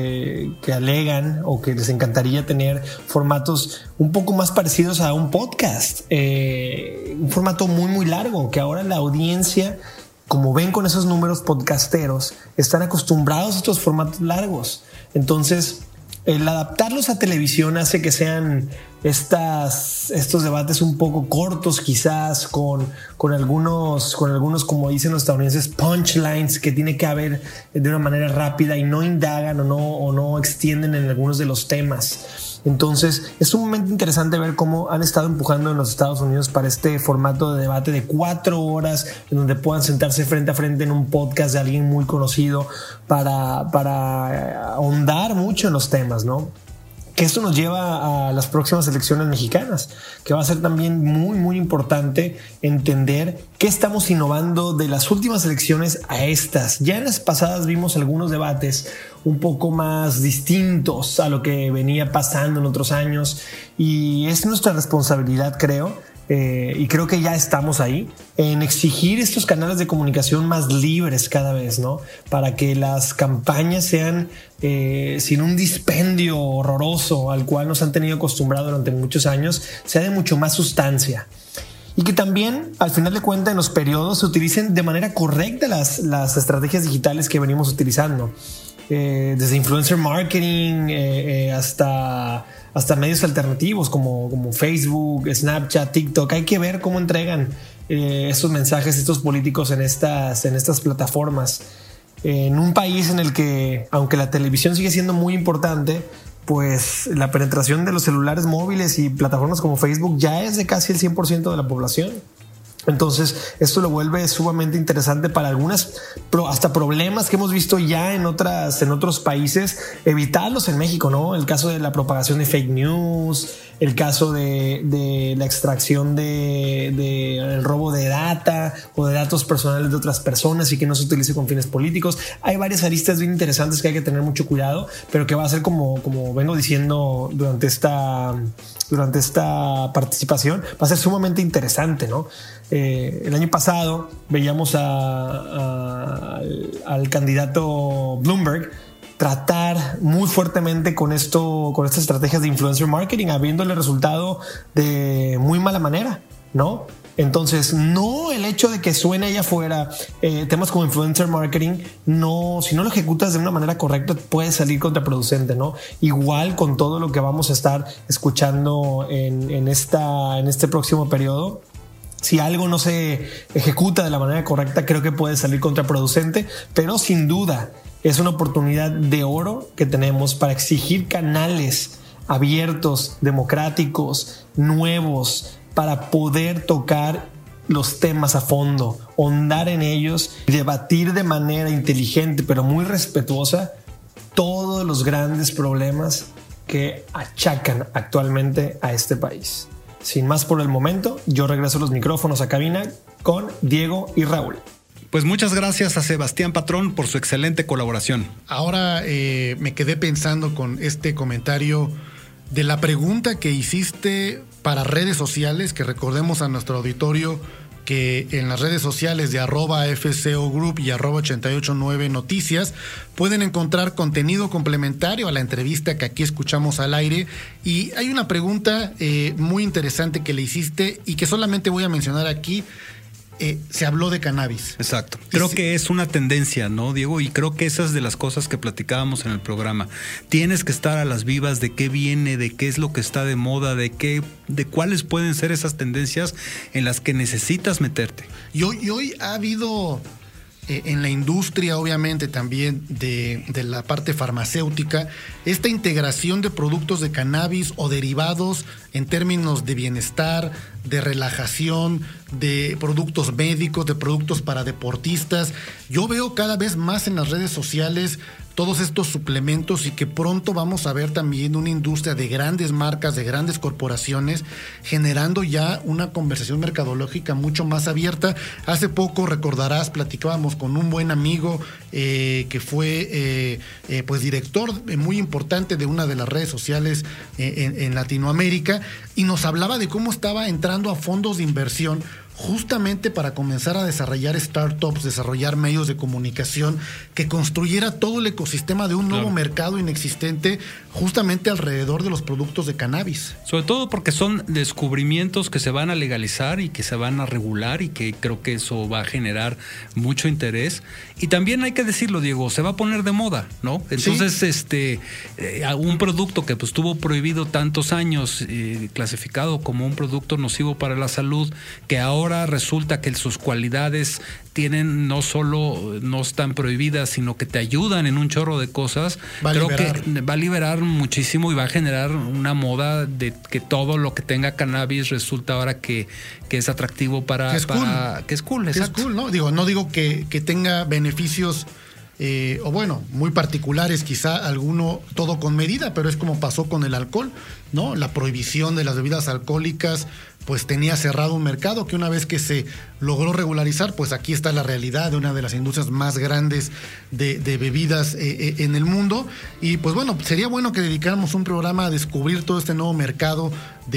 alegan o que les encantaría tener formatos un poco más parecidos a un podcast, un formato muy muy largo, que ahora la audiencia, como ven con esos números podcasteros, están acostumbrados a estos formatos largos. Entonces, el adaptarlos a televisión hace que sean estos debates un poco cortos, quizás con algunos, como dicen los estadounidenses, punchlines que tiene que haber de una manera rápida y no indagan o no extienden en algunos de los temas. Entonces es un momento interesante ver cómo han estado empujando en los Estados Unidos para este formato de debate de 4 horas en donde puedan sentarse frente a frente en un podcast de alguien muy conocido para ahondar mucho en los temas, ¿no? Que esto nos lleva a las próximas elecciones mexicanas, que va a ser también muy, muy importante entender qué estamos innovando de las últimas elecciones a estas. Ya en las pasadas vimos algunos debates un poco más distintos a lo que venía pasando en otros años y es nuestra responsabilidad, creo, y creo que ya estamos ahí en exigir estos canales de comunicación más libres cada vez, ¿no? Para que las campañas sean sin un dispendio horroroso al cual nos han tenido acostumbrados durante muchos años, sea de mucho más sustancia. Y que también, al final de cuentas, en los periodos se utilicen de manera correcta las estrategias digitales que venimos utilizando. Desde influencer marketing hasta medios alternativos como Facebook, Snapchat, TikTok. Hay que ver cómo entregan estos mensajes estos políticos en estas plataformas. En un país en el que, aunque la televisión sigue siendo muy importante, pues la penetración de los celulares móviles y plataformas como Facebook ya es de casi el 100% de la población. Entonces esto lo vuelve sumamente interesante para algunas, hasta problemas que hemos visto ya en otros países, evitarlos en México, ¿no? El caso de la propagación de fake news, el caso de la extracción el robo de data o de datos personales de otras personas y que no se utilice con fines políticos. Hay varias aristas bien interesantes que hay que tener mucho cuidado, pero que va a ser como vengo diciendo durante esta participación, va a ser sumamente interesante, ¿no? El año pasado veíamos al candidato Bloomberg tratar muy fuertemente con estas estrategias de influencer marketing, habiéndole resultado de muy mala manera, ¿no? Entonces, no el hecho de que suene allá afuera temas como influencer marketing, no, si no lo ejecutas de una manera correcta puede salir contraproducente, ¿no? Igual con todo lo que vamos a estar escuchando en este próximo periodo. Si algo no se ejecuta de la manera correcta, creo que puede salir contraproducente, pero sin duda es una oportunidad de oro que tenemos para exigir canales abiertos, democráticos, nuevos, para poder tocar los temas a fondo, ahondar en ellos y debatir de manera inteligente pero muy respetuosa todos los grandes problemas que achacan actualmente a este país. Sin más por el momento, yo regreso los micrófonos a cabina con Diego y Raúl. Pues muchas gracias a Sebastián Patrón por su excelente colaboración. Ahora me quedé pensando con este comentario de la pregunta que hiciste para redes sociales, que recordemos a nuestro auditorio que en las redes sociales de @FCO Group y @889 Noticias pueden encontrar contenido complementario a la entrevista que aquí escuchamos al aire. Y hay una pregunta muy interesante que le hiciste y que solamente voy a mencionar aquí. Se habló de cannabis. Exacto. Creo que es una tendencia, ¿no, Diego? Y creo que esas de las cosas que platicábamos en el programa. Tienes que estar a las vivas de qué viene, de qué es lo que está de moda, de cuáles pueden ser esas tendencias en las que necesitas meterte. Y hoy ha habido en la industria, obviamente también de la parte farmacéutica, esta integración de productos de cannabis o derivados en términos de bienestar, de relajación, de productos médicos, de productos para deportistas. Yo veo cada vez más en las redes sociales todos estos suplementos y que pronto vamos a ver también una industria de grandes marcas, de grandes corporaciones, generando ya una conversación mercadológica mucho más abierta. Hace poco, recordarás, platicábamos con un buen amigo que fue pues director muy importante de una de las redes sociales en Latinoamérica, y nos hablaba de cómo estaba entrando a fondos de inversión justamente para comenzar a desarrollar startups, desarrollar medios de comunicación que construyera todo el ecosistema de un nuevo mercado inexistente justamente alrededor de los productos de cannabis. Sobre todo porque son descubrimientos que se van a legalizar y que se van a regular, y que creo que eso va a generar mucho interés. Y también hay que decirlo, Diego, se va a poner de moda, ¿no? Entonces, sí. Un producto que pues estuvo prohibido tantos años, clasificado como un producto nocivo para la salud, que ahora resulta que sus cualidades no están prohibidas, sino que te ayudan en un chorro de cosas. Creo que va a liberar muchísimo y va a generar una moda de que todo lo que tenga cannabis resulta ahora que es atractivo para que es cool, exacto. Es cool, ¿no? No digo que tenga beneficios o bueno, muy particulares, quizá alguno, todo con medida, pero es como pasó con el alcohol, ¿no? La prohibición de las bebidas alcohólicas pues tenía cerrado un mercado que una vez que se logró regularizar, pues aquí está la realidad de una de las industrias más grandes de bebidas en el mundo. Y pues bueno, sería bueno que dedicáramos un programa a descubrir todo este nuevo mercado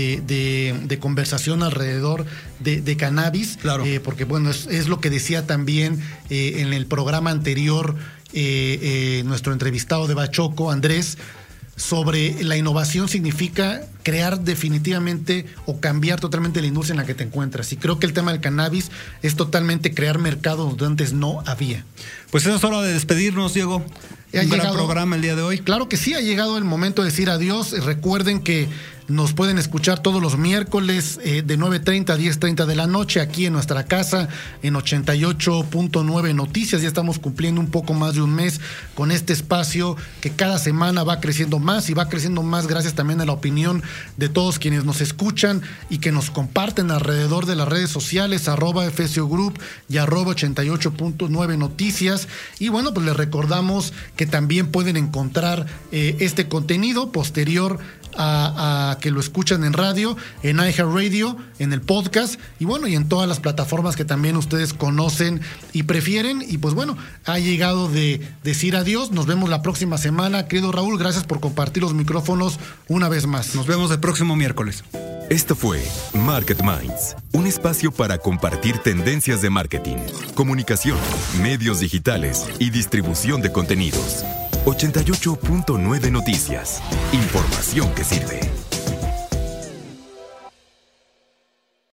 de conversación alrededor de cannabis. Claro. Porque bueno, es lo que decía también en el programa anterior nuestro entrevistado de Bachoco, Andrés, sobre la innovación significa crear definitivamente o cambiar totalmente la industria en la que te encuentras. Y creo que el tema del cannabis es totalmente crear mercados donde antes no había. Pues es hora de despedirnos, Diego. Un gran programa el día de hoy. Claro que sí, ha llegado el momento de decir adiós. Recuerden que nos pueden escuchar todos los miércoles de 9:30 a 10:30 de la noche aquí en nuestra casa en 88.9 Noticias. Ya estamos cumpliendo un poco más de un mes con este espacio que cada semana va creciendo más y va creciendo más gracias también a la opinión de todos quienes nos escuchan y que nos comparten alrededor de las redes sociales @FCO Group y @88.9 Noticias. Y bueno, pues les recordamos que también pueden encontrar este contenido posterior a que lo escuchan en radio, en iHeartRadio, en el podcast y bueno, y en todas las plataformas que también ustedes conocen y prefieren. Y pues bueno, ha llegado de decir adiós. Nos vemos la próxima semana. Querido Raúl, gracias por compartir los micrófonos una vez más. Nos vemos el próximo miércoles. Esto fue Market Minds, un espacio para compartir tendencias de marketing, comunicación, medios digitales y distribución de contenidos. 88.9 Noticias. Información que sirve.